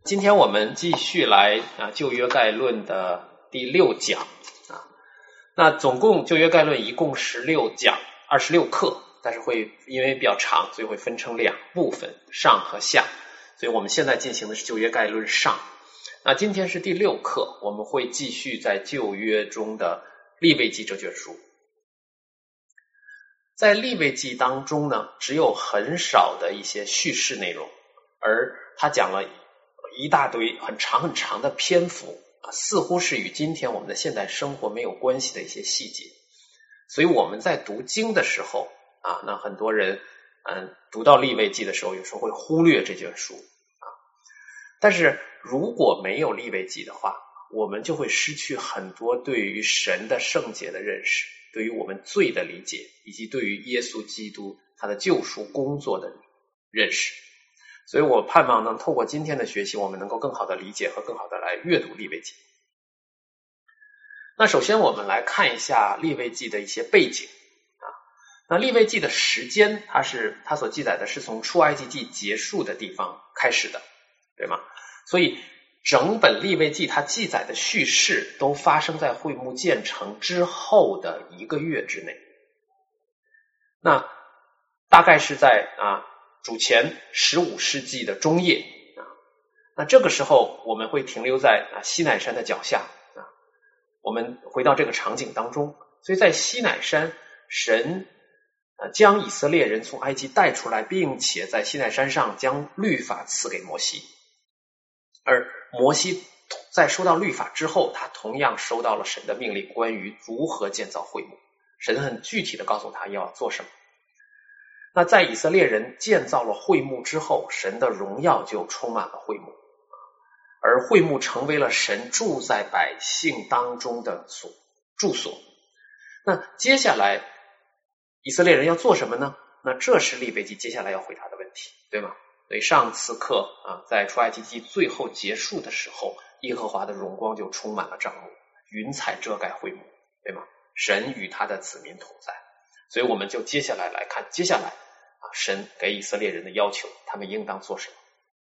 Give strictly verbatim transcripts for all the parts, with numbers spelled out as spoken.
今天我们继续来啊旧约概论的第六讲啊，那总共旧约概论一共十六讲，二十六课，但是会因为比较长，所以会分成两部分，上和下。所以我们现在进行的是旧约概论上。那今天是第六课，我们会继续在旧约中的利未记这卷书。在利未记当中呢，只有很少的一些叙事内容，而他讲了一大堆很长很长的篇幅啊，似乎是与今天我们的现代生活没有关系的一些细节。所以我们在读经的时候啊，那很多人嗯读到利未记的时候，有时候会忽略这卷书啊。但是如果没有利未记的话，我们就会失去很多对于神的圣洁的认识，对于我们罪的理解，以及对于耶稣基督他的救赎工作的认识。所以我盼望能透过今天的学习，我们能够更好的理解和更好的来阅读利未记。那首先我们来看一下利未记的一些背景啊。那利未记的时间，它是它所记载的是从出埃及记结束的地方开始的，对吗？所以整本利未记它记载的叙事都发生在会幕建成之后的一个月之内。那大概是在啊主前十五世纪的中叶啊，那这个时候我们会停留在啊西乃山的脚下啊，我们回到这个场景当中。所以在西乃山，神啊将以色列人从埃及带出来，并且在西乃山上将律法赐给摩西。而摩西在收到律法之后，他同样收到了神的命令，关于如何建造会幕。神很具体的告诉他要做什么。那在以色列人建造了会幕之后，神的荣耀就充满了会幕，而会幕成为了神住在百姓当中的所住所。那接下来以色列人要做什么呢？那这是利未记接下来要回答的问题，对吗？所以上次课啊，在出埃及记最后结束的时候，耶和华的荣光就充满了帐幕，云彩遮盖会幕，对吗？神与他的子民同在。所以我们就接下来来看接下来啊，神给以色列人的要求，他们应当做什么。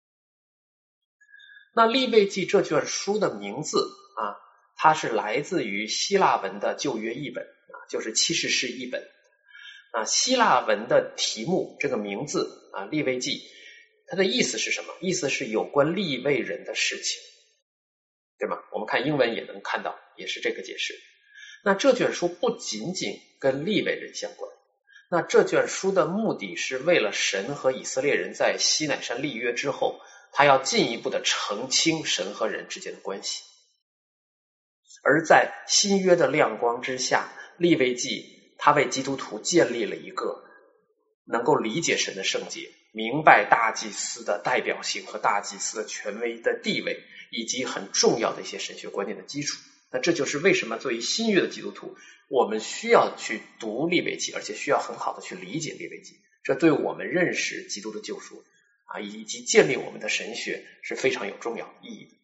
那利未记这卷书的名字啊，它是来自于希腊文的旧约译本啊，就是七士士译本啊。希腊文的题目这个名字啊，利未记，它的意思是什么？意思是有关利未人的事情，对吗？我们看英文也能看到，也是这个解释。那这卷书不仅仅跟利未人相关，那这卷书的目的是为了神和以色列人在西乃山立约之后，他要进一步的澄清神和人之间的关系。而在新约的亮光之下，利未记他为基督徒建立了一个能够理解神的圣洁，明白大祭司的代表性和大祭司的权威的地位，以及很重要的一些神学观念的基础。那这就是为什么作为新约的基督徒，我们需要去读利未记，而且需要很好的去理解利未记。这对我们认识基督的救赎啊，以及建立我们的神学是非常有重要意义的。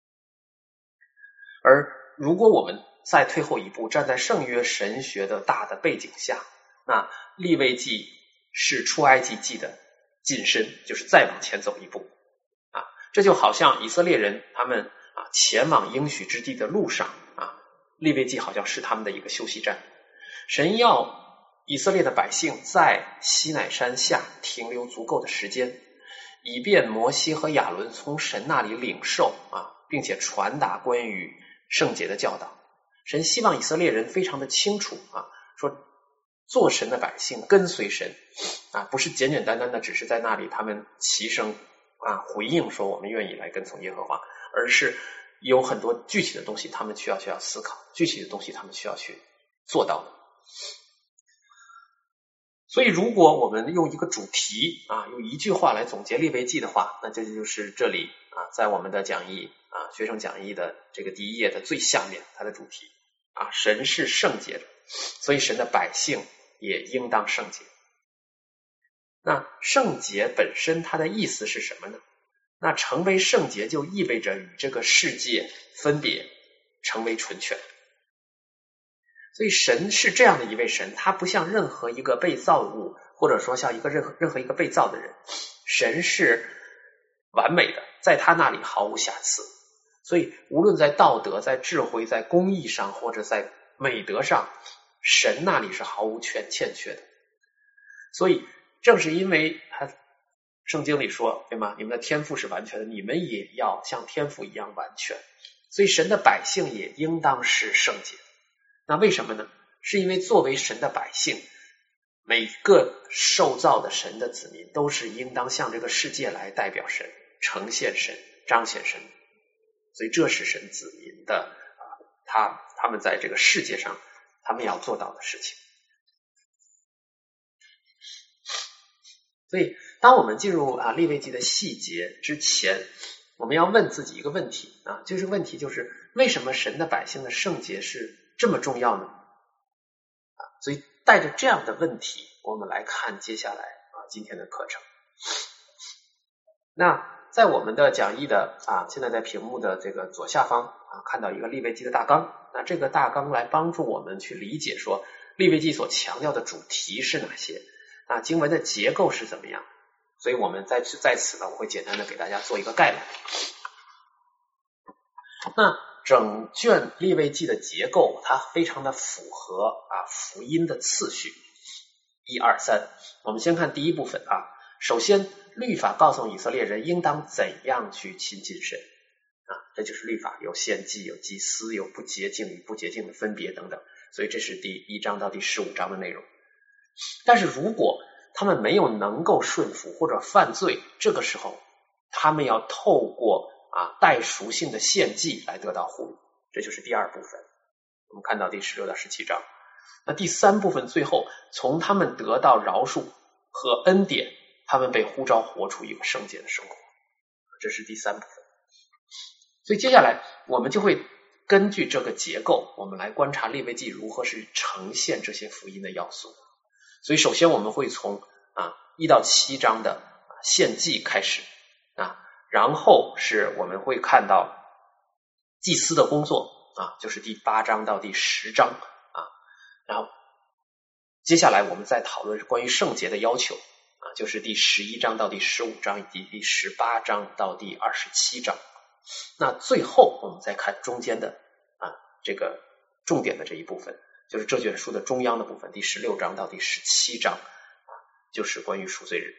而如果我们再退后一步，站在圣约神学的大的背景下，那利未记是出埃及记的近身，就是再往前走一步啊。这就好像以色列人他们啊前往应许之地的路上啊，利未记好像是他们的一个休息站。神要以色列的百姓在西乃山下停留足够的时间，以便摩西和亚伦从神那里领受啊，并且传达关于圣洁的教导。神希望以色列人非常的清楚啊，说做神的百姓跟随神啊，不是简简单单的只是在那里他们齐声啊回应说我们愿意来跟从耶和华，而是有很多具体的东西他们需要需要思考，具体的东西他们需要去做到的。所以如果我们用一个主题啊，用一句话来总结利未记的话，那这就是这里啊，在我们的讲义啊，学生讲义的这个第一页的最下面，它的主题啊，神是圣洁的，所以神的百姓也应当圣洁。那圣洁本身它的意思是什么呢？那成为圣洁就意味着与这个世界分别，成为纯全。所以神是这样的一位神，他不像任何一个被造物，或者说像一个任何任何一个被造的人，神是完美的， 在他那里毫无瑕疵。所以无论在道德、在智慧、在公义上，或者在美德上，神那里是毫无欠欠缺的。所以正是因为他圣经里说，对吗？你们的天父是完全的，你们也要像天父一样完全。所以神的百姓也应当是圣洁。那为什么呢？是因为作为神的百姓，每个受造的神的子民都是应当向这个世界来代表神，呈现神，彰显神。所以这是神子民的啊，他他们在这个世界上他们要做到的事情。所以当我们进入啊利未记的细节之前，我们要问自己一个问题啊，就是问题就是为什么神的百姓的圣洁是这么重要呢？啊，所以带着这样的问题，我们来看接下来啊今天的课程。那在我们的讲义的啊，现在在屏幕的这个左下方啊，看到一个利未记的大纲。那这个大纲来帮助我们去理解说利未记所强调的主题是哪些，啊，经文的结构是怎么样。所以我们在此在此呢，我会简单的给大家做一个概览。那整卷利未记的结构，它非常的符合啊福音的次序，一二三。我们先看第一部分啊，首先律法告诉以色列人应当怎样去亲近神啊，这就是律法，有献祭，有祭司，有不洁净与不洁净的分别等等。所以这是第一章到第十五章的内容。但是如果他们没有能够顺服或者犯罪，这个时候他们要透过啊代赎性的献祭来得到护理，这就是第二部分。我们看到第十六到十七章。那第三部分最后从他们得到饶恕和恩典，他们被呼召活出一个圣洁的生活，这是第三部分。所以接下来我们就会根据这个结构，我们来观察利未记如何是呈现这些福音的要素。所以首先我们会从啊一到七章的献祭开始啊，然后是我们会看到祭司的工作啊，就是第八章到第十章啊，然后接下来我们再讨论关于圣洁的要求啊，就是第十一章到第十五章以及第十八章到第二十七章。那最后我们再看中间的啊这个重点的这一部分，就是这卷书的中央的部分，第十六章到第十七章啊，就是关于赎罪日。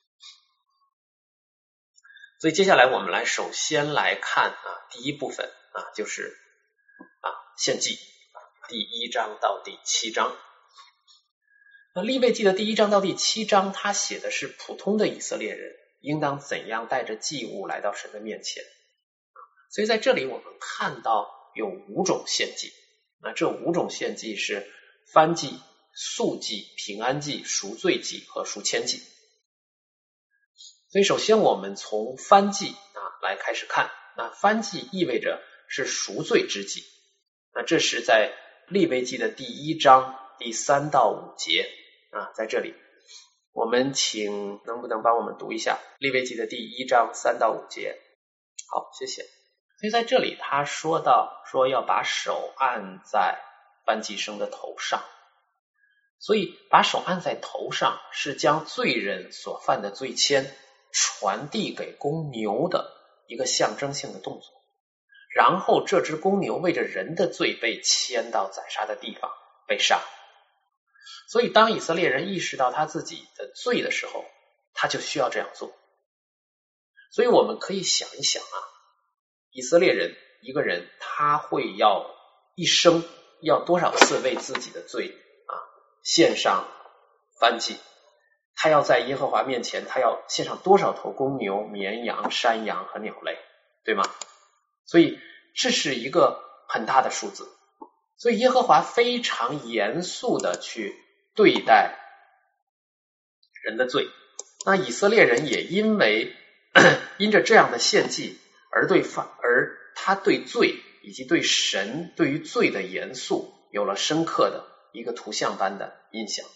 所以接下来我们来首先来看啊第一部分啊，就是啊献祭，第一章到第七章。那利未记的第一章到第七章，它写的是普通的以色列人应当怎样带着祭物来到神的面前。所以在这里我们看到有五种献祭，那这五种献祭是燔祭、素祭、平安祭、赎罪祭和赎愆祭。所以首先我们从燔祭啊来开始看。那燔祭意味着是赎罪之祭，那这是在利未记的第一章第三到五节啊，在这里我们请能不能帮我们读一下利未记的第一章三到五节？好，谢谢。所以在这里他说到说要把手按在燔祭牲的头上，所以把手按在头上是将罪人所犯的罪愆传递给公牛的一个象征性的动作，然后这只公牛为着人的罪被牵到宰杀的地方被杀。所以当以色列人意识到他自己的罪的时候，他就需要这样做。所以我们可以想一想啊，以色列人一个人他会要一生要多少次为自己的罪啊献上燔祭，他要在耶和华面前他要献上多少头公牛、绵羊、山羊和鸟类，对吗？所以这是一个很大的数字。所以耶和华非常严肃的去对待人的罪，那以色列人也因为因着这样的献祭而对而他对罪以及对神对于罪的严肃有了深刻的一个图像般的印象。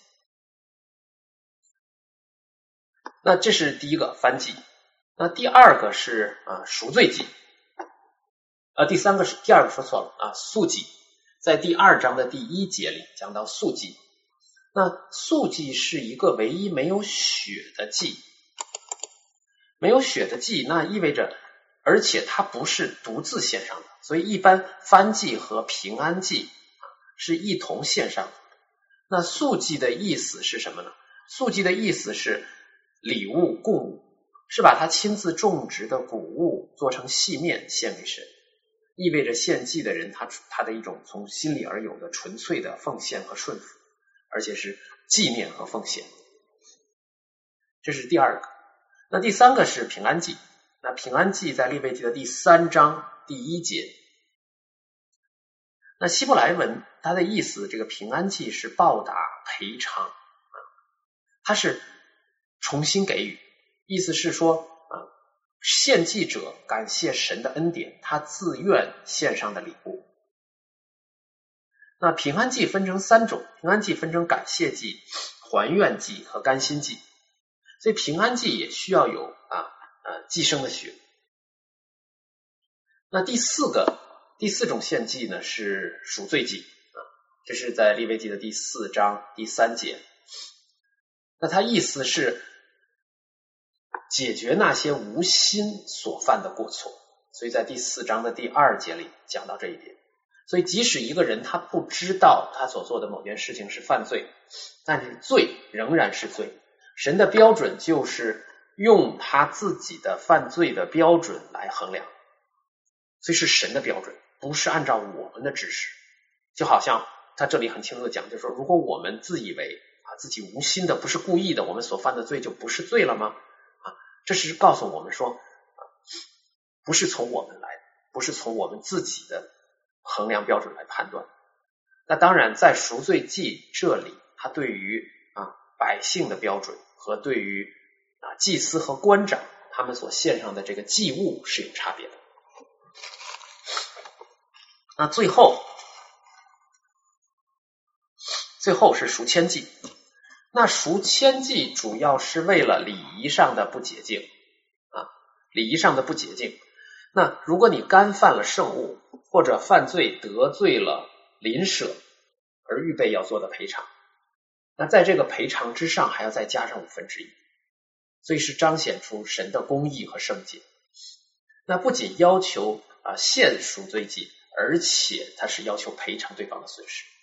那这是第一个燔祭。那第二个是啊赎罪祭，呃第三个是第二个说错了啊素祭，在第二章的第一节里讲到素祭。那素祭是一个唯一没有血的祭，没有血的祭，那意味着而且它不是独自献上的，所以一般燔祭和平安祭是一同献上的。那素祭的意思是什么呢？素祭的意思是礼物供物，是把他亲自种植的谷物做成细面献给神，意味着献祭的人他他的一种从心里而有的纯粹的奉献和顺服，而且是纪念和奉献。这是第二个。那第三个是平安祭。那平安祭在利未记的第三章第一节。那希伯来文它的意思，这个平安祭是报答赔偿，它是重新给予，意思是说啊，献祭者感谢神的恩典，他自愿献上的礼物。那平安祭分成三种，平安祭分成感谢祭、还愿祭和甘心祭，所以平安祭也需要有啊呃祭牲的血。那第四个第四种献祭呢是赎罪祭啊，这是在利未记的第四章第三节。那它意思是解决那些无心所犯的过错，所以在第四章的第二节里讲到这一点。所以即使一个人他不知道他所做的某件事情是犯罪，但是罪仍然是罪。神的标准就是用他自己的犯罪的标准来衡量，所以是神的标准，不是按照我们的知识。就好像他这里很清楚的讲，就是说如果我们自以为啊自己无心的，不是故意的，我们所犯的罪就不是罪了吗？啊，这是告诉我们说，啊，不是从我们来，不是从我们自己的衡量标准来判断。那当然在赎罪祭这里，他对于啊百姓的标准和对于啊祭司和官长他们所献上的这个祭物是有差别的。那最后最后是赎愆祭。那赎愆祭主要是为了礼仪上的不洁净啊，礼仪上的不洁净。那如果你干犯了圣物，或者犯罪得罪了邻舍而预备要做的赔偿，那在这个赔偿之上还要再加上五分之一，所以是彰显出神的公义和圣洁。那不仅要求啊献赎罪祭，而且它是要求赔偿对方的损失。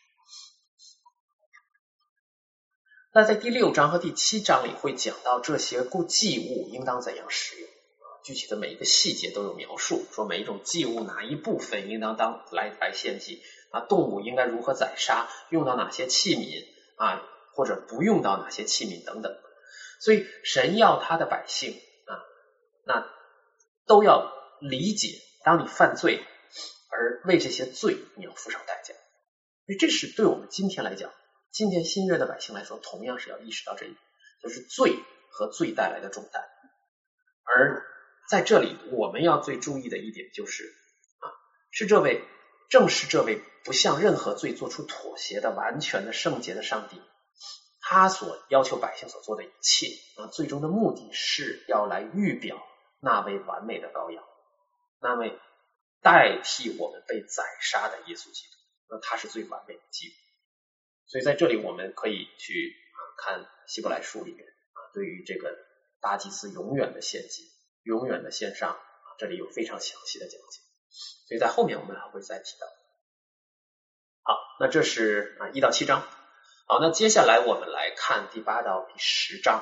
那在第六章和第七章里会讲到这些祭物应当怎样使用，具体的每一个细节都有描述，说每一种祭物哪一部分应当当来来献祭啊，动物应该如何宰杀，用到哪些器皿啊，或者不用到哪些器皿等等。所以神要他的百姓啊，那都要理解，当你犯罪而为这些罪你要付上代价。所以这是对我们今天来讲，今天新约的百姓来说，同样是要意识到这一点，就是罪和罪带来的重担。而在这里我们要最注意的一点就是啊，是这位正是这位不向任何罪做出妥协的完全的圣洁的上帝，他所要求百姓所做的一切啊，最终的目的是要来预表那位完美的羔羊，那位代替我们被宰杀的耶稣基督，那他是最完美的祭物。所以在这里我们可以去看希伯来书里面啊，对于这个大祭司永远的献祭，永远的献上，这里有非常详细的讲解，所以在后面我们还会再提到。好，那这是啊一到七章。好，那接下来我们来看第八到第十章，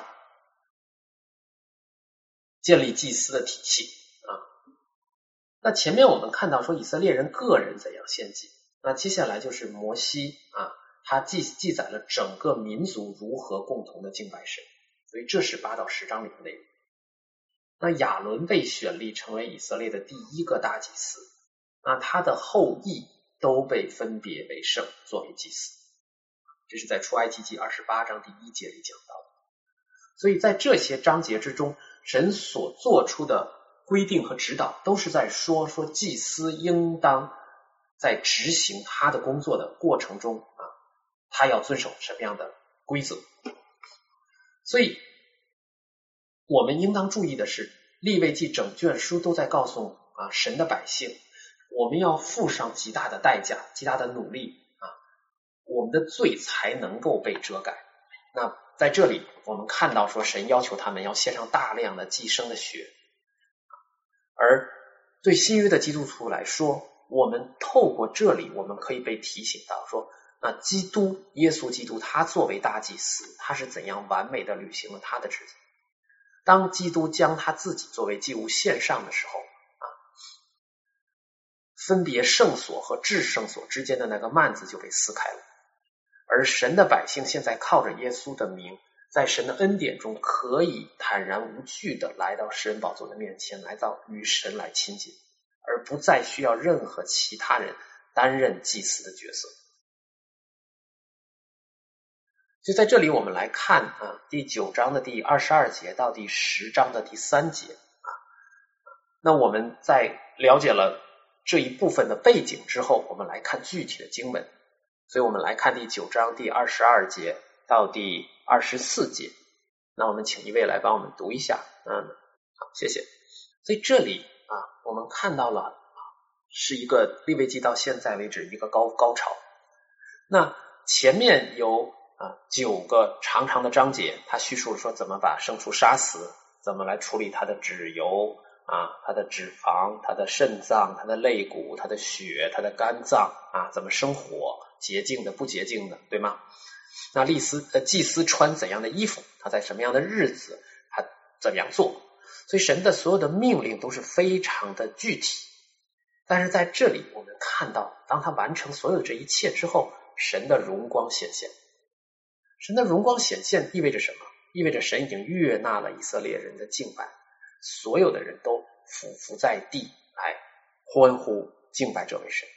建立祭司的体系啊。那前面我们看到说以色列人个人怎样献祭，那接下来就是摩西啊，他记记载了整个民族如何共同的敬拜神，所以这是八到十章里的内容。那亚伦被选立成为以色列的第一个大祭司，那他的后裔都被分别为圣作为祭司，这是在出埃及记二十八章第一节里讲到的。所以在这些章节之中，神所做出的规定和指导都是在说说祭司应当在执行他的工作的过程中啊，他要遵守什么样的规则。所以我们应当注意的是，利未记整卷书都在告诉啊神的百姓，我们要付上极大的代价，极大的努力啊，我们的罪才能够被遮盖。那在这里我们看到说，神要求他们要献上大量的祭牲的血，而对新约的基督徒来说，我们透过这里我们可以被提醒到说，那基督耶稣基督他作为大祭司，他是怎样完美的履行了他的职责。当基督将他自己作为祭物献上的时候啊，分别圣所和至圣所之间的那个幔子就被撕开了，而神的百姓现在靠着耶稣的名，在神的恩典中可以坦然无惧的来到施恩宝座的面前，来到与神来亲近，而不再需要任何其他人担任祭司的角色。就在这里我们来看啊，第九章的第二十二节到第十章的第三节啊，那我们在了解了这一部分的背景之后，我们来看具体的经文。所以我们来看第九章第二十二节到第二十四节。那我们请一位来帮我们读一下。嗯，好，谢谢。所以这里啊，我们看到了啊，是一个利未记到现在为止一个高高潮。那前面有啊九个长长的章节，它叙述了说怎么把牲畜杀死，怎么来处理它的脂油啊，它的脂肪，它的肾脏，它的肋骨，它的血，它的肝脏啊，怎么生火，洁净的不洁净的，对吗？那祭司呃祭司穿怎样的衣服，他在什么样的日子，他怎么样做？所以神的所有的命令都是非常的具体。但是在这里我们看到，当他完成所有这一切之后，神的荣光显现。神的荣光显现意味着什么？意味着神已经悦纳了以色列人的敬拜，所有的人都俯伏在地来欢呼敬拜这位神。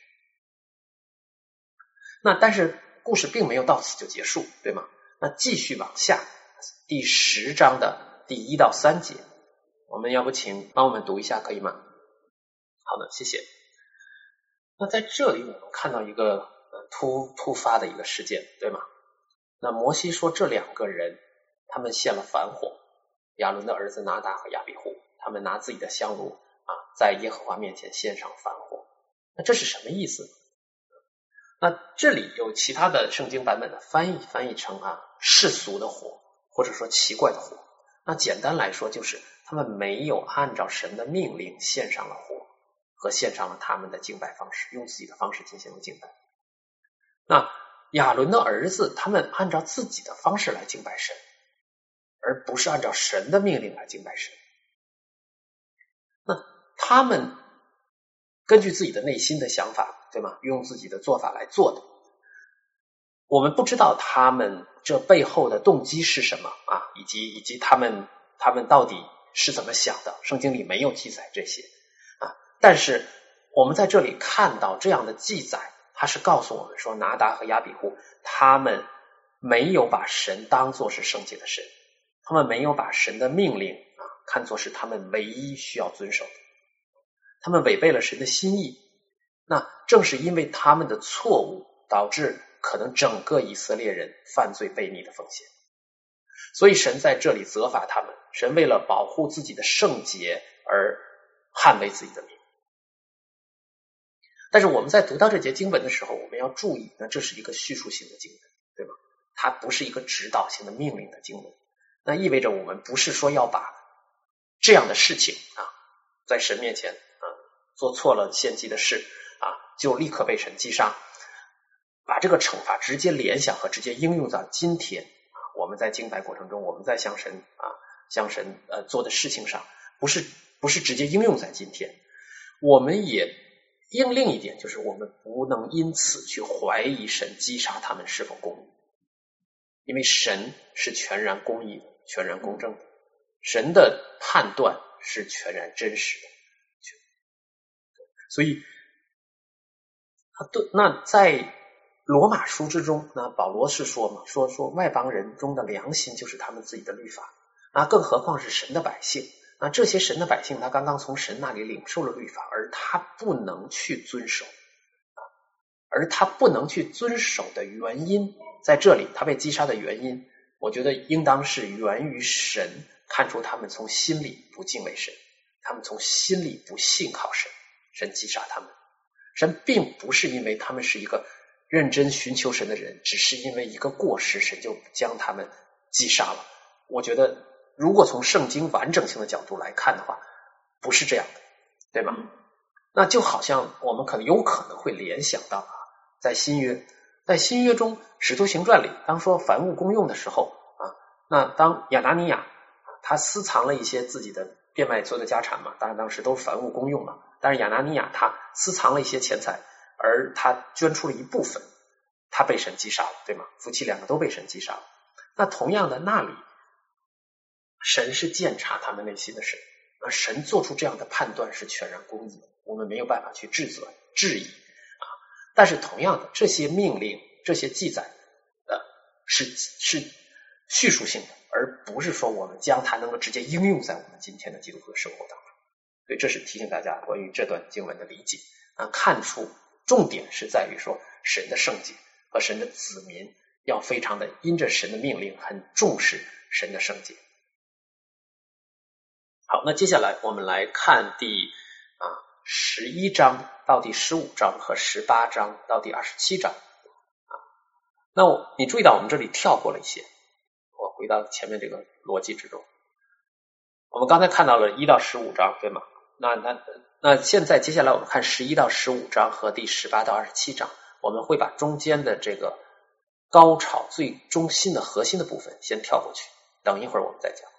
那但是故事并没有到此就结束，对吗？那继续往下，第十章的第一到三节，我们要不请帮我们读一下，可以吗？好的，谢谢。那在这里我们看到一个呃突突发的一个事件，对吗？那摩西说这两个人他们献了反火，亚伦的儿子拿达和亚比户，他们拿自己的香炉啊，在耶和华面前献上反火。那这是什么意思？那这里有其他的圣经版本的翻译翻译成啊世俗的火，或者说奇怪的火。那简单来说就是他们没有按照神的命令献上了火，和献上了他们的敬拜方式，用自己的方式进行了敬拜。那亚伦的儿子他们按照自己的方式来敬拜神，而不是按照神的命令来敬拜神。那他们根据自己的内心的想法，对吗？用自己的做法来做的。我们不知道他们这背后的动机是什么啊，以及以及他们他们到底是怎么想的，圣经里没有记载这些啊。但是我们在这里看到这样的记载，它是告诉我们说，拿达和亚比户他们没有把神当作是圣洁的神，他们没有把神的命令啊看作是他们唯一需要遵守的，他们违背了神的心意。那正是因为他们的错误，导致可能整个以色列人犯罪悖逆的风险。所以神在这里责罚他们，神为了保护自己的圣洁而捍卫自己的名。但是我们在读到这节经文的时候，我们要注意，那这是一个叙述性的经文，对吗？它不是一个指导性的命令的经文。那意味着我们不是说要把这样的事情啊，在神面前啊做错了献祭的事啊，就立刻被神击杀，把这个惩罚直接联想和直接应用到今天啊，我们在敬拜过程中，我们在向神啊向神呃做的事情上，不是不是直接应用在今天。我们也应另一点，就是我们不能因此去怀疑神击杀他们是否公义，因为神是全然公义的，全然公正的，神的判断是全然真实的。所以那在罗马书之中，那保罗是说嘛，说说外邦人中的良心就是他们自己的律法，那更何况是神的百姓。那这些神的百姓，他刚刚从神那里领受了律法，而他不能去遵守，而他不能去遵守的原因，在这里他被击杀的原因，我觉得应当是源于神看出他们从心里不敬畏神，他们从心里不信靠神，神击杀他们。神并不是因为他们是一个认真寻求神的人，只是因为一个过失，神就将他们击杀了。我觉得如果从圣经完整性的角度来看的话，不是这样的，对吗？ 那就好像我们可能有可能会联想到啊，在新约，在新约中，使徒行传里，当说凡物公用的时候啊，那当亚拿尼亚他私藏了一些自己的变卖所有的家产嘛，当然当时都是凡物公用嘛，但是亚拿尼亚他私藏了一些钱财，而他捐出了一部分，他被神击杀了，对吗？夫妻两个都被神击杀了。那同样的，那里神是鉴察他们内心的神，而神做出这样的判断是全然公义的，我们没有办法去质责质疑啊。但是同样的，这些命令这些记载呃是是叙述性的，而不是说我们将它能够直接应用在我们今天的基督徒的生活当中。所以这是提醒大家关于这段经文的理解啊，看出重点是在于说神的圣洁和神的子民要非常的因着神的命令很重视神的圣洁。好，那接下来我们来看第啊十一章到第十五章和十八章到第二十七章啊。那我你注意到我们这里跳过了一些，我回到前面这个逻辑之中。我们刚才看到了一到十五章，对吗？那那那现在接下来我们看十一到十五章和第十八到二十七章，我们会把中间的这个高潮最中心的核心的部分先跳过去，等一会儿我们再讲。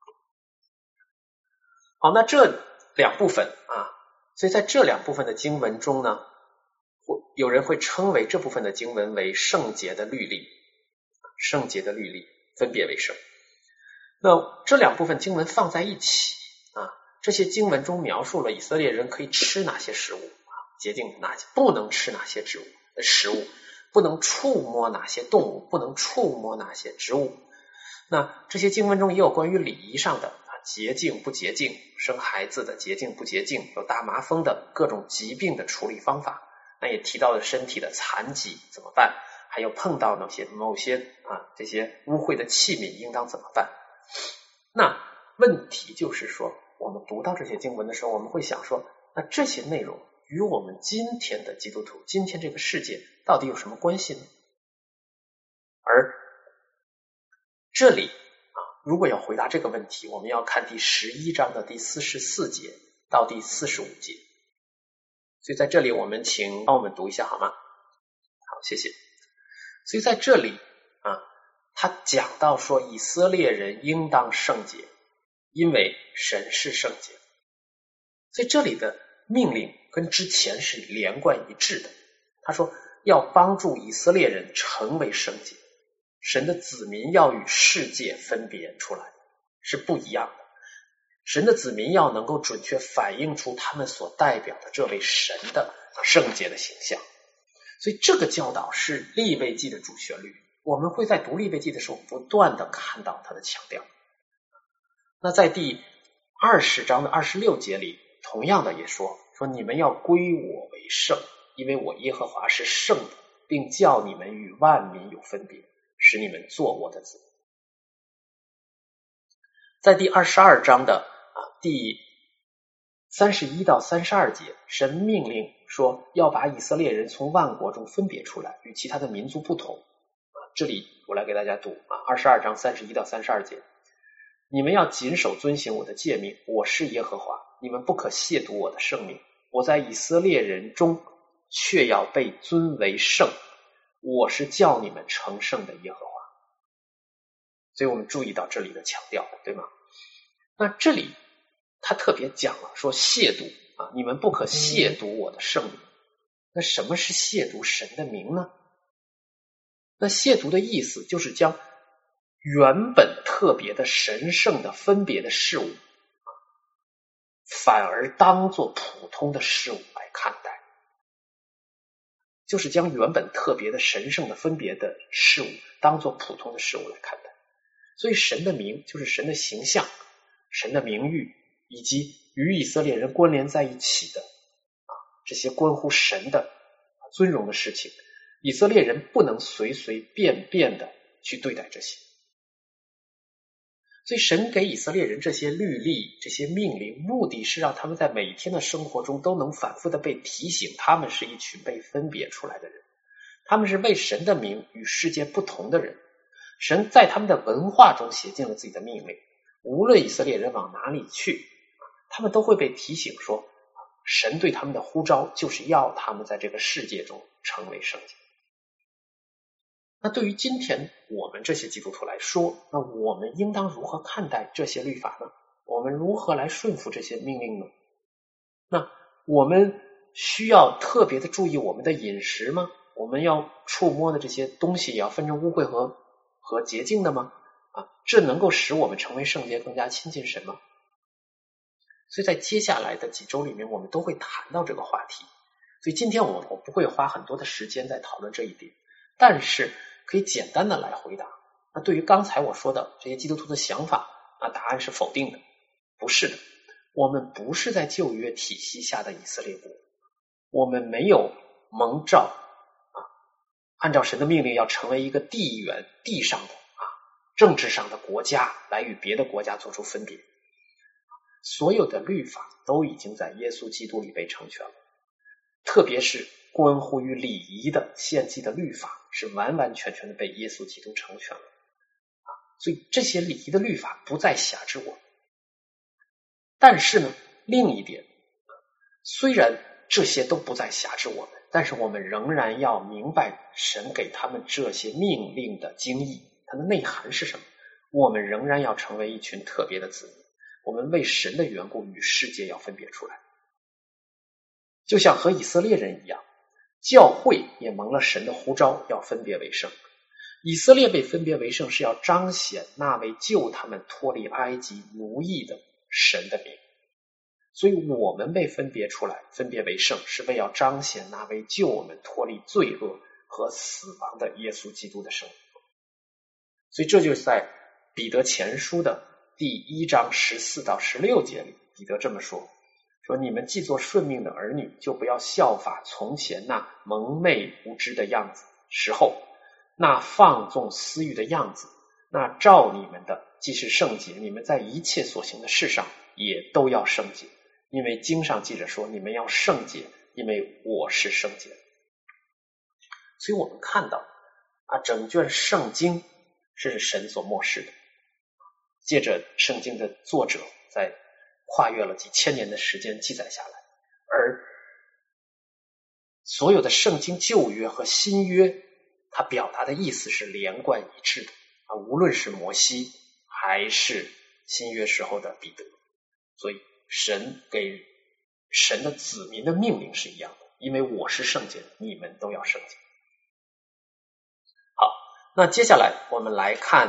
好，那这两部分啊，所以在这两部分的经文中呢，有人会称为这部分的经文为圣洁的律例，圣洁的律例分别为圣。那这两部分经文放在一起啊，这些经文中描述了以色列人可以吃哪些食物啊，洁净哪些，不能吃哪些植物食物，不能触摸哪些动物，不能触摸哪些植物。那这些经文中也有关于礼仪上的洁净不洁净，生孩子的洁净不洁净，有大麻风的各种疾病的处理方法，那也提到了身体的残疾怎么办，还有碰到某些某些啊这些污秽的器皿应当怎么办。那问题就是说，我们读到这些经文的时候，我们会想说，那这些内容与我们今天的基督徒，今天这个世界到底有什么关系呢？而这里如果要回答这个问题，我们要看第十一章的第四十四节到第四十五节。所以在这里我们请帮我们读一下好吗？好，谢谢。所以在这里啊，他讲到说以色列人应当圣洁，因为神是圣洁。所以这里的命令跟之前是连贯一致的。他说要帮助以色列人成为圣洁，神的子民要与世界分别出来，是不一样的。神的子民要能够准确反映出他们所代表的这位神的圣洁的形象。所以这个教导是利未记的主旋律，我们会在读利未记的时候不断的看到它的强调。那在第二十章的二十六节里，同样的也说说你们要归我为圣，因为我耶和华是圣的，并叫你们与万民有分别，使你们做我的子。在第二十二章的啊第三十一到三十二节，神命令说要把以色列人从万国中分别出来，与其他的民族不同啊。这里我来给大家读啊，二十二章三十一到三十二节，你们要谨守遵行我的诫命，我是耶和华，你们不可亵渎我的圣名，我在以色列人中却要被尊为圣，我是叫你们成圣的耶和华。所以我们注意到这里的强调，对吗？那这里他特别讲了说亵渎啊，你们不可亵渎我的圣名。那什么是亵渎神的名呢？那亵渎的意思就是将原本特别的神圣的分别的事物反而当作普通的事物来看待，就是将原本特别的神圣的分别的事物当作普通的事物来看待。所以神的名就是神的形象，神的名誉，以及与以色列人关联在一起的啊这些关乎神的尊荣的事情，以色列人不能随随便便的去对待这些。所以神给以色列人这些律例，这些命令，目的是让他们在每天的生活中都能反复的被提醒，他们是一群被分别出来的人，他们是为神的名与世界不同的人。神在他们的文化中写进了自己的命令，无论以色列人往哪里去，他们都会被提醒说神对他们的呼召就是要他们在这个世界中成为圣洁。那对于今天我们这些基督徒来说，那我们应当如何看待这些律法呢？我们如何来顺服这些命令呢？那我们需要特别的注意我们的饮食吗？我们要触摸的这些东西也要分成污秽和和洁净的吗？啊，这能够使我们成为圣洁，更加亲近神吗？所以在接下来的几周里面，我们都会谈到这个话题。所以今天我我不会花很多的时间在讨论这一点，但是可以简单的来回答。那对于刚才我说的这些基督徒的想法，那答案是否定的，不是的。我们不是在旧约体系下的以色列国，我们没有蒙召啊，按照神的命令要成为一个地缘地上的啊政治上的国家来与别的国家做出分别。所有的律法都已经在耶稣基督里被成全了，特别是关乎于礼仪的献祭的律法是完完全全的被耶稣基督成全了啊，所以这些礼仪的律法不再辖制我们。但是呢，另一点，虽然这些都不再辖制我们，但是我们仍然要明白神给他们这些命令的经义，它的内涵是什么。我们仍然要成为一群特别的子民，我们为神的缘故与世界要分别出来。就像和以色列人一样，教会也蒙了神的呼召，要分别为圣。以色列被分别为圣是要彰显那位救他们脱离埃及奴役的神的名，所以我们被分别出来，分别为圣，是为要彰显那位救我们脱离罪恶和死亡的耶稣基督的圣名。所以这就是在彼得前书的第一章十四到十六节里，彼得这么说，说你们既做顺命的儿女，就不要效法从前那蒙昧无知的样子时候，那放纵私欲的样子，那照你们的既是圣洁，你们在一切所行的事上也都要圣洁，因为经上记着说，你们要圣洁，因为我是圣洁。所以我们看到啊，整卷圣经是神所默示的，借着圣经的作者在跨越了几千年的时间记载下来，而所有的圣经旧约和新约，它表达的意思是连贯一致的啊，无论是摩西还是新约时候的彼得，所以神给神的子民的命令是一样的，因为我是圣洁的，你们都要圣洁。好，那接下来我们来看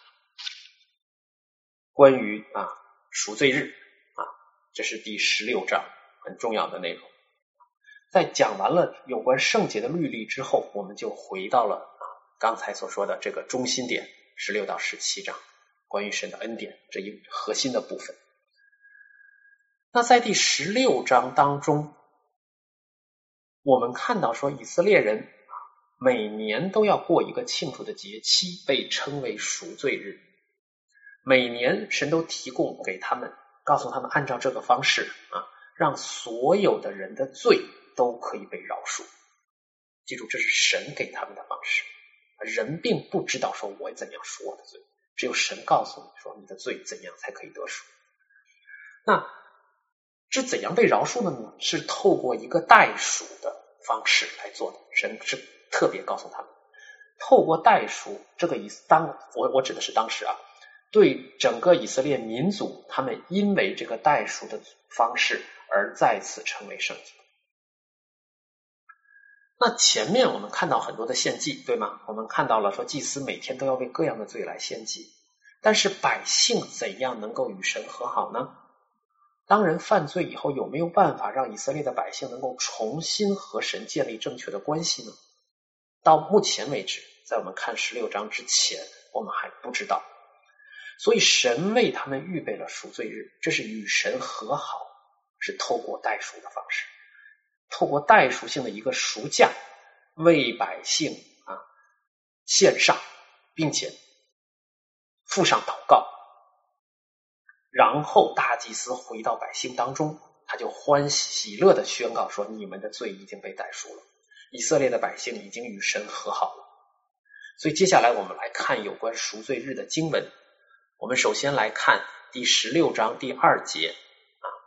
关于啊赎罪日啊，这是第十六章很重要的内容。在讲完了有关圣洁的律例之后，我们就回到了啊刚才所说的这个中心点十六到十七章，关于神的恩典这一核心的部分。那在第十六章当中，我们看到说以色列人每年都要过一个庆祝的节期，被称为赎罪日。每年神都提供给他们，告诉他们按照这个方式啊，让所有的人的罪都可以被饶恕。记住，这是神给他们的方式，人并不知道说我怎样赎我的罪，只有神告诉你说你的罪怎样才可以得赎。那这怎样被饶恕的呢？是透过一个代赎的方式来做的。神是特别告诉他们，透过代赎，这个意思当我我指的是当时啊，对整个以色列民族，他们因为这个代赎的方式而再次成为圣洁。那前面我们看到很多的献祭，对吗？我们看到了说祭司每天都要为各样的罪来献祭，但是百姓怎样能够与神和好呢？当人犯罪以后，有没有办法让以色列的百姓能够重新和神建立正确的关系呢？到目前为止，在我们看十六章之前，我们还不知道。所以神为他们预备了赎罪日，这是与神和好，是透过代赎的方式，透过代赎性的一个赎价，为百姓啊献上，并且附上祷告，然后大祭司回到百姓当中，他就欢喜喜乐的宣告说，你们的罪已经被代赎了，以色列的百姓已经与神和好了。所以接下来我们来看有关赎罪日的经文。我们首先来看第十六章第二节啊，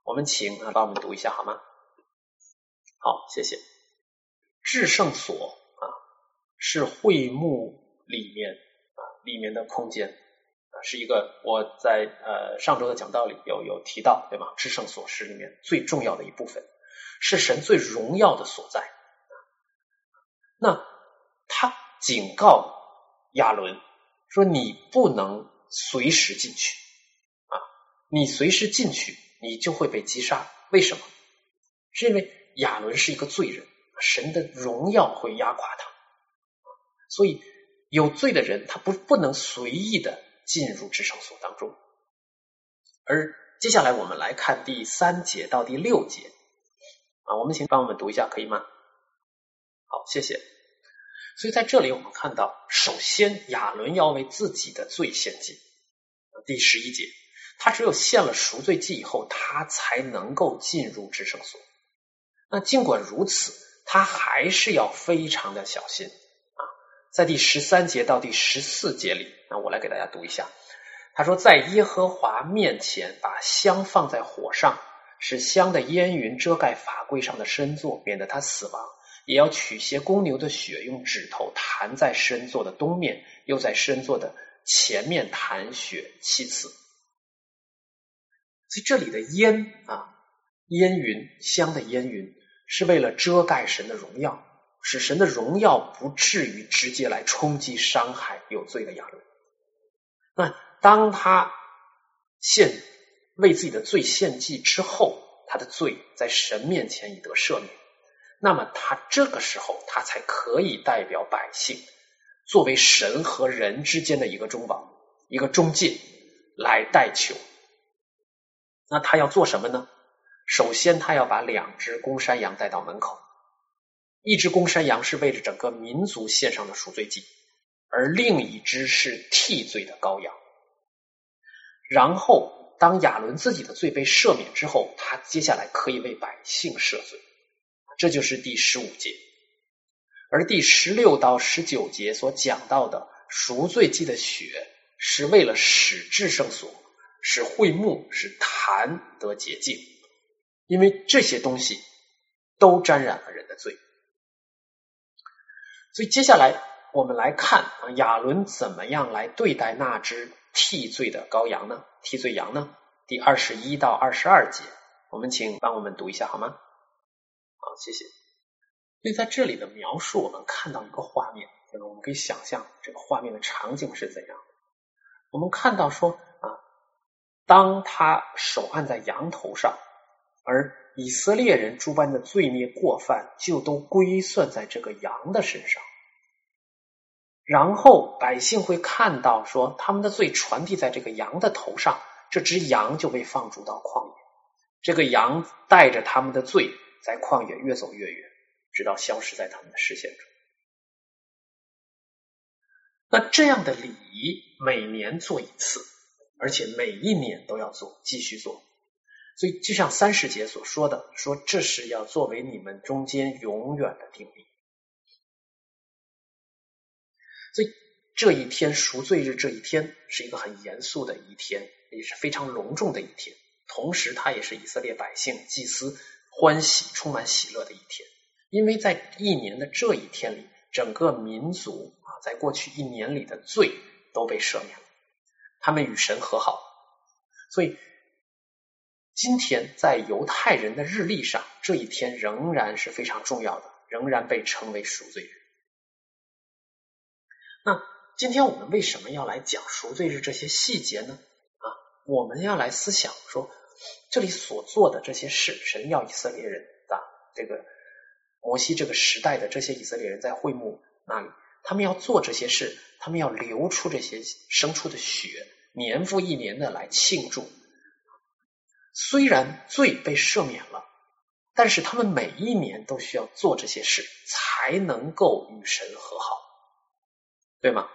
我们请啊帮我们读一下好吗？好，谢谢。至圣所啊是会幕里面啊里面的空间啊，是一个我在呃上周的讲道里有有提到，对吗？至圣所是里面最重要的一部分，是神最荣耀的所在。那他警告亚伦说，你不能随时进去啊，你随时进去你就会被击杀。为什么？是因为亚伦是一个罪人，神的荣耀会压垮他，所以有罪的人他不不能随意的进入至圣所当中。而接下来我们来看第三节到第六节啊，我们请帮我们读一下可以吗？好，谢谢。所以在这里我们看到，首先亚伦要为自己的罪献祭。第十一节，他只有献了赎罪祭以后，他才能够进入至圣所。那尽管如此，他还是要非常的小心啊。在第十三节到第十四节里，那我来给大家读一下。他说，在耶和华面前把香放在火上，使香的烟云遮盖法柜上的身座，免得他死亡。也要取些公牛的血，用指头弹在身座的东面，又在身座的前面弹血七次。所以这里的烟啊，烟云，香的烟云，是为了遮盖神的荣耀，使神的荣耀不至于直接来冲击伤害有罪的亚伦。那当他献为自己的罪献祭之后，他的罪在神面前已得赦免，那么他这个时候他才可以代表百姓，作为神和人之间的一个中保，一个中介来代求。那他要做什么呢？首先他要把两只公山羊带到门口，一只公山羊是为着整个民族献上的赎罪祭，而另一只是替罪的羔羊。然后当亚伦自己的罪被赦免之后，他接下来可以为百姓赦罪，这就是第十五节。而第十六到十九节所讲到的赎罪祭的血，是为了使至圣所，使会幕，使坛得洁净，因为这些东西都沾染了人的罪。所以接下来我们来看啊，亚伦怎么样来对待那只替罪的羔羊呢？替罪羊呢？第二十一到二十二节，我们请帮我们读一下好吗？好，谢谢。所以在这里的描述，我们看到一个画面，我们可以想象这个画面的场景是怎样的。我们看到说啊，当他手按在羊头上，而以色列人诸般的罪孽过犯就都归算在这个羊的身上，然后百姓会看到说他们的罪传递在这个羊的头上，这只羊就被放逐到旷野，这个羊带着他们的罪在旷野越走越远，直到消失在他们的视线中。那这样的礼仪每年做一次，而且每一年都要做，继续做。所以就像三十节所说的，说这是要作为你们中间永远的定例。所以这一天赎罪日，这一天是一个很严肃的一天，也是非常隆重的一天，同时它也是以色列百姓祭司欢喜充满喜乐的一天。因为在一年的这一天里，整个民族啊，在过去一年里的罪都被赦免了，他们与神和好。所以今天在犹太人的日历上，这一天仍然是非常重要的，仍然被称为赎罪日。那今天我们为什么要来讲赎罪日这些细节呢？啊，我们要来思想说，这里所做的这些事，神要以色列人啊，这个摩西这个时代的这些以色列人在会幕那里，他们要做这些事，他们要流出这些生出的血，年复一年的来庆祝。虽然罪被赦免了，但是他们每一年都需要做这些事，才能够与神和好，对吗？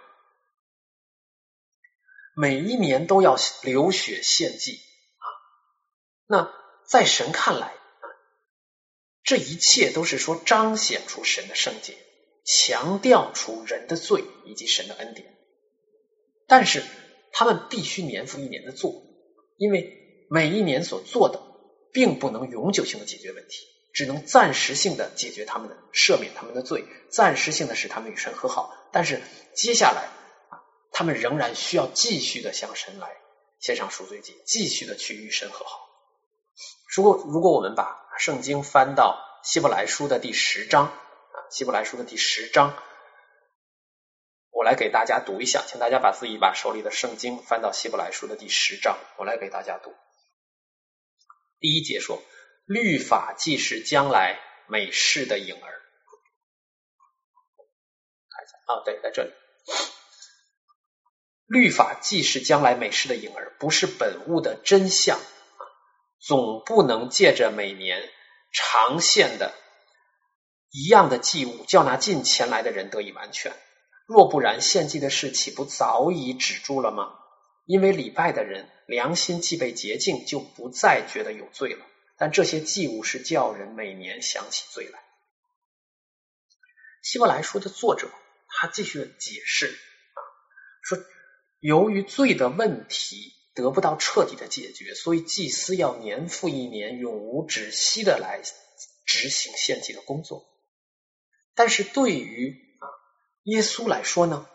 每一年都要流血献祭啊。那在神看来，这一切都是说彰显出神的圣洁，强调出人的罪以及神的恩典。但是他们必须年复一年的做，因为每一年所做的并不能永久性的解决问题，只能暂时性的解决他们的赦免他们的罪，暂时性的使他们与神和好，但是接下来他们仍然需要继续的向神来献上赎罪祭，继续的去与神和好。如果如果我们把圣经翻到希伯来书的第十章啊，希伯来书的第十章，我来给大家读一下，请大家把自己把手里的圣经翻到希伯来书的第十章，我来给大家读。第一节说，律法既是将来美事的影儿，看一下啊，对，在这里。律法既是将来美事的影儿，不是本物的真相，总不能借着每年常献的一样的祭物，叫那近前来的人得以完全。若不然，献祭的事岂不早已止住了吗？因为礼拜的人良心既被洁净，就不再觉得有罪了。但这些祭物是叫人每年想起罪来。希伯来书的作者他继续解释啊，说由于罪的问题得不到彻底的解决，所以祭司要年复一年永无止息的来执行献祭的工作。但是对于啊耶稣来说呢，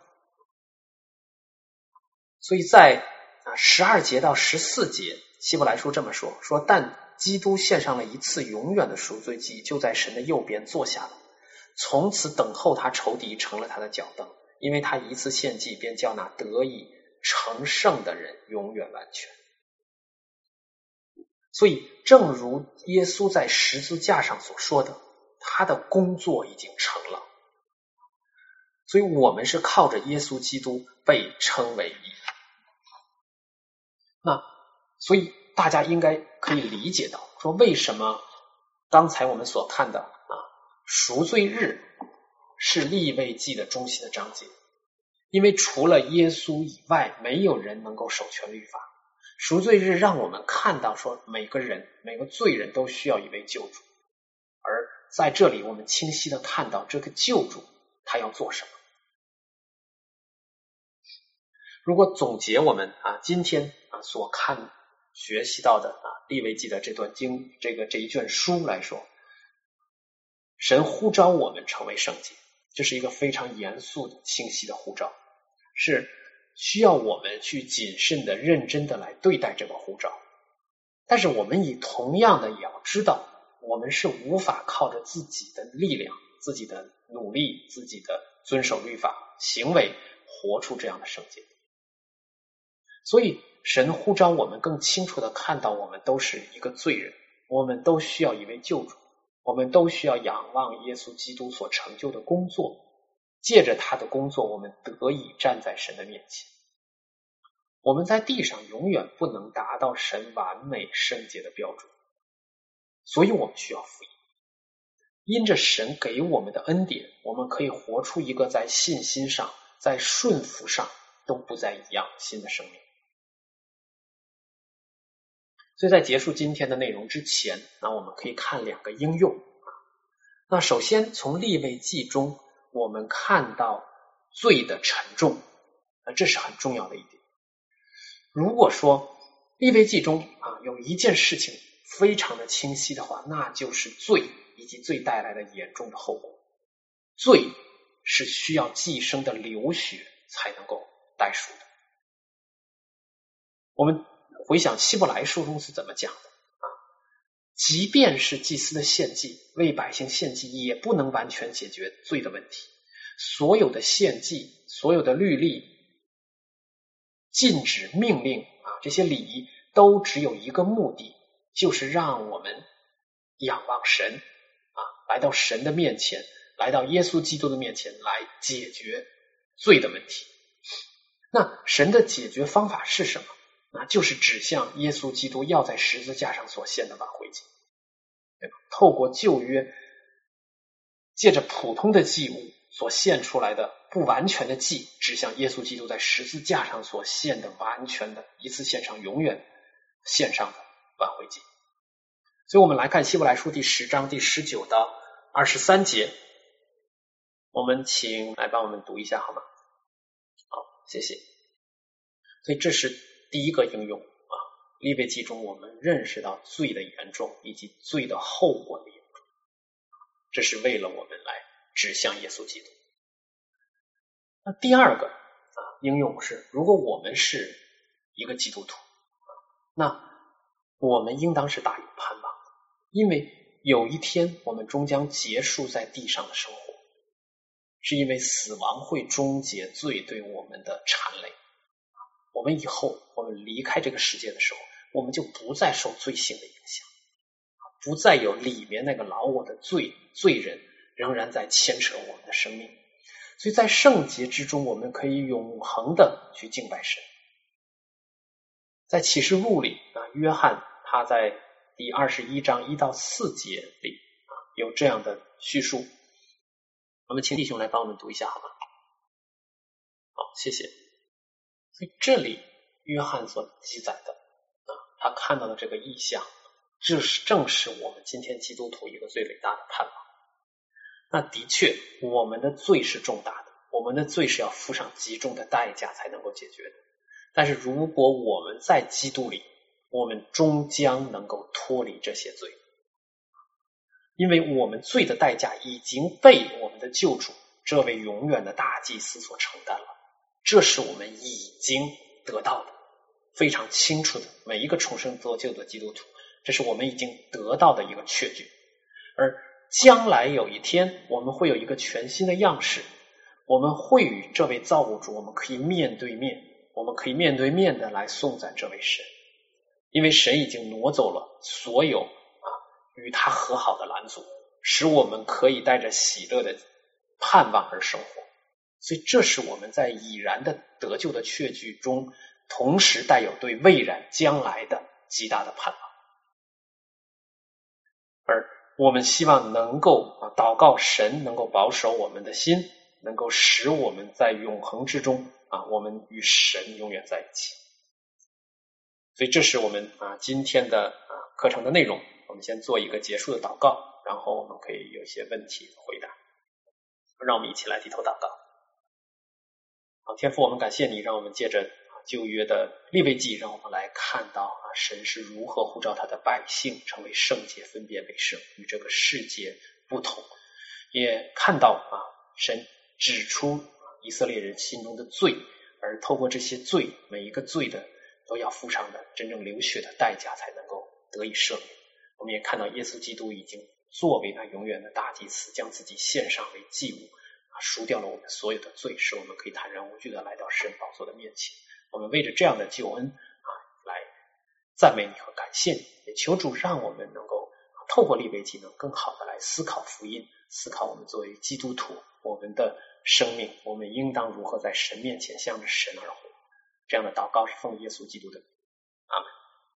所以在啊十二节到十四节，希伯来书这么说，说但基督献上了一次永远的赎罪祭，就在神的右边坐下了，从此等候他仇敌成了他的脚凳，因为他一次献祭便叫那得以成圣的人永远完全。所以正如耶稣在十字架上所说的，他的工作已经成了，所以我们是靠着耶稣基督被称为义。那所以大家应该可以理解到，说为什么刚才我们所看的啊赎罪日是利未记的中心的章节，因为除了耶稣以外，没有人能够守全律法。赎罪日让我们看到说，每个人每个罪人都需要一位救主，而在这里我们清晰的看到这个救主他要做什么。如果总结我们啊今天啊所看学习到的啊利未记的这段经，这个这一卷书来说，神呼召我们成为圣洁，这是一个非常严肃的清晰的呼召，是需要我们去谨慎的认真的来对待这个呼召。但是我们也同样的也要知道，我们是无法靠着自己的力量、自己的努力、自己的遵守律法行为活出这样的圣洁。所以神呼召我们更清楚的看到，我们都是一个罪人，我们都需要一位救主，我们都需要仰望耶稣基督所成就的工作，借着他的工作，我们得以站在神的面前。我们在地上永远不能达到神完美圣洁的标准，所以我们需要福音。因着神给我们的恩典，我们可以活出一个在信心上、在顺服上都不再一样新的生命。所以在结束今天的内容之前，那我们可以看两个应用。那首先从利未记中我们看到罪的沉重，这是很重要的一点。如果说利未记中啊有一件事情非常的清晰的话，那就是罪以及罪带来的严重的后果。罪是需要祭牲的流血才能够代赎的。我们回想希伯来书中是怎么讲的啊？即便是祭司的献祭，为百姓献祭，也不能完全解决罪的问题。所有的献祭，所有的律例、禁止、命令啊，这些礼仪都只有一个目的，就是让我们仰望神啊，来到神的面前，来到耶稣基督的面前，来解决罪的问题。那神的解决方法是什么？那就是指向耶稣基督要在十字架上所献的挽回祭，对吧？透过旧约，借着普通的祭物所献出来的不完全的祭，指向耶稣基督在十字架上所献的完全的一次献上永远献上的挽回祭。所以我们来看希伯来书第十章第十九到二十三节，我们请来帮我们读一下好吗？好，谢谢。所以这是第一个应用啊， 利未记中我们认识到罪的严重以及罪的后果的严重，这是为了我们来指向耶稣基督。那第二个啊应用是，如果我们是一个基督徒，那我们应当是大有盼望，因为有一天我们终将结束在地上的生活，是因为死亡会终结罪对我们的缠累。我们以后我们离开这个世界的时候，我们就不再受罪性的影响，不再有里面那个老我的罪罪人仍然在牵扯我们的生命。所以在圣洁之中，我们可以永恒的去敬拜神。在启示录里啊，约翰他在第二十一章一到四节里啊有这样的叙述，我们请弟兄来帮我们读一下好吗？好，谢谢。所以这里约翰所记载的啊，他看到的这个意象，这是正是我们今天基督徒一个最伟大的盼望。那的确我们的罪是重大的，我们的罪是要付上极重的代价才能够解决的。但是如果我们在基督里，我们终将能够脱离这些罪，因为我们罪的代价已经被我们的救主这位永远的大祭司所承担了，这是我们已经得到的，非常清楚的，每一个重生得救的基督徒，这是我们已经得到的一个确据。而将来有一天我们会有一个全新的样式，我们会与这位造物主，我们可以面对面，我们可以面对面的来颂赞这位神，因为神已经挪走了所有啊与他和好的拦阻，使我们可以带着喜乐的盼望而生活。所以这是我们在已然的得救的确据中，同时带有对未然将来的极大的盼望。而我们希望能够啊祷告神能够保守我们的心，能够使我们在永恒之中啊我们与神永远在一起。所以这是我们啊今天的啊课程的内容。我们先做一个结束的祷告，然后我们可以有些问题回答。让我们一起来低头祷告。好，天父，我们感谢你，让我们借着旧约的利未记，让我们来看到啊神是如何呼召他的百姓成为圣洁，分别为圣，与这个世界不同。也看到啊神指出以色列人心中的罪，而透过这些罪，每一个罪的都要付上的真正流血的代价才能够得以赦免。我们也看到耶稣基督已经作为那永远的大祭司，将自己献上为祭物，赎掉了我们所有的罪，使我们可以坦然无惧的来到神宝座的面前。我们为着这样的救恩啊，来赞美你和感谢你，也求主让我们能够透过利未记能更好的来思考福音，思考我们作为基督徒我们的生命，我们应当如何在神面前向着神而活。这样的祷告是奉耶稣基督的，阿们。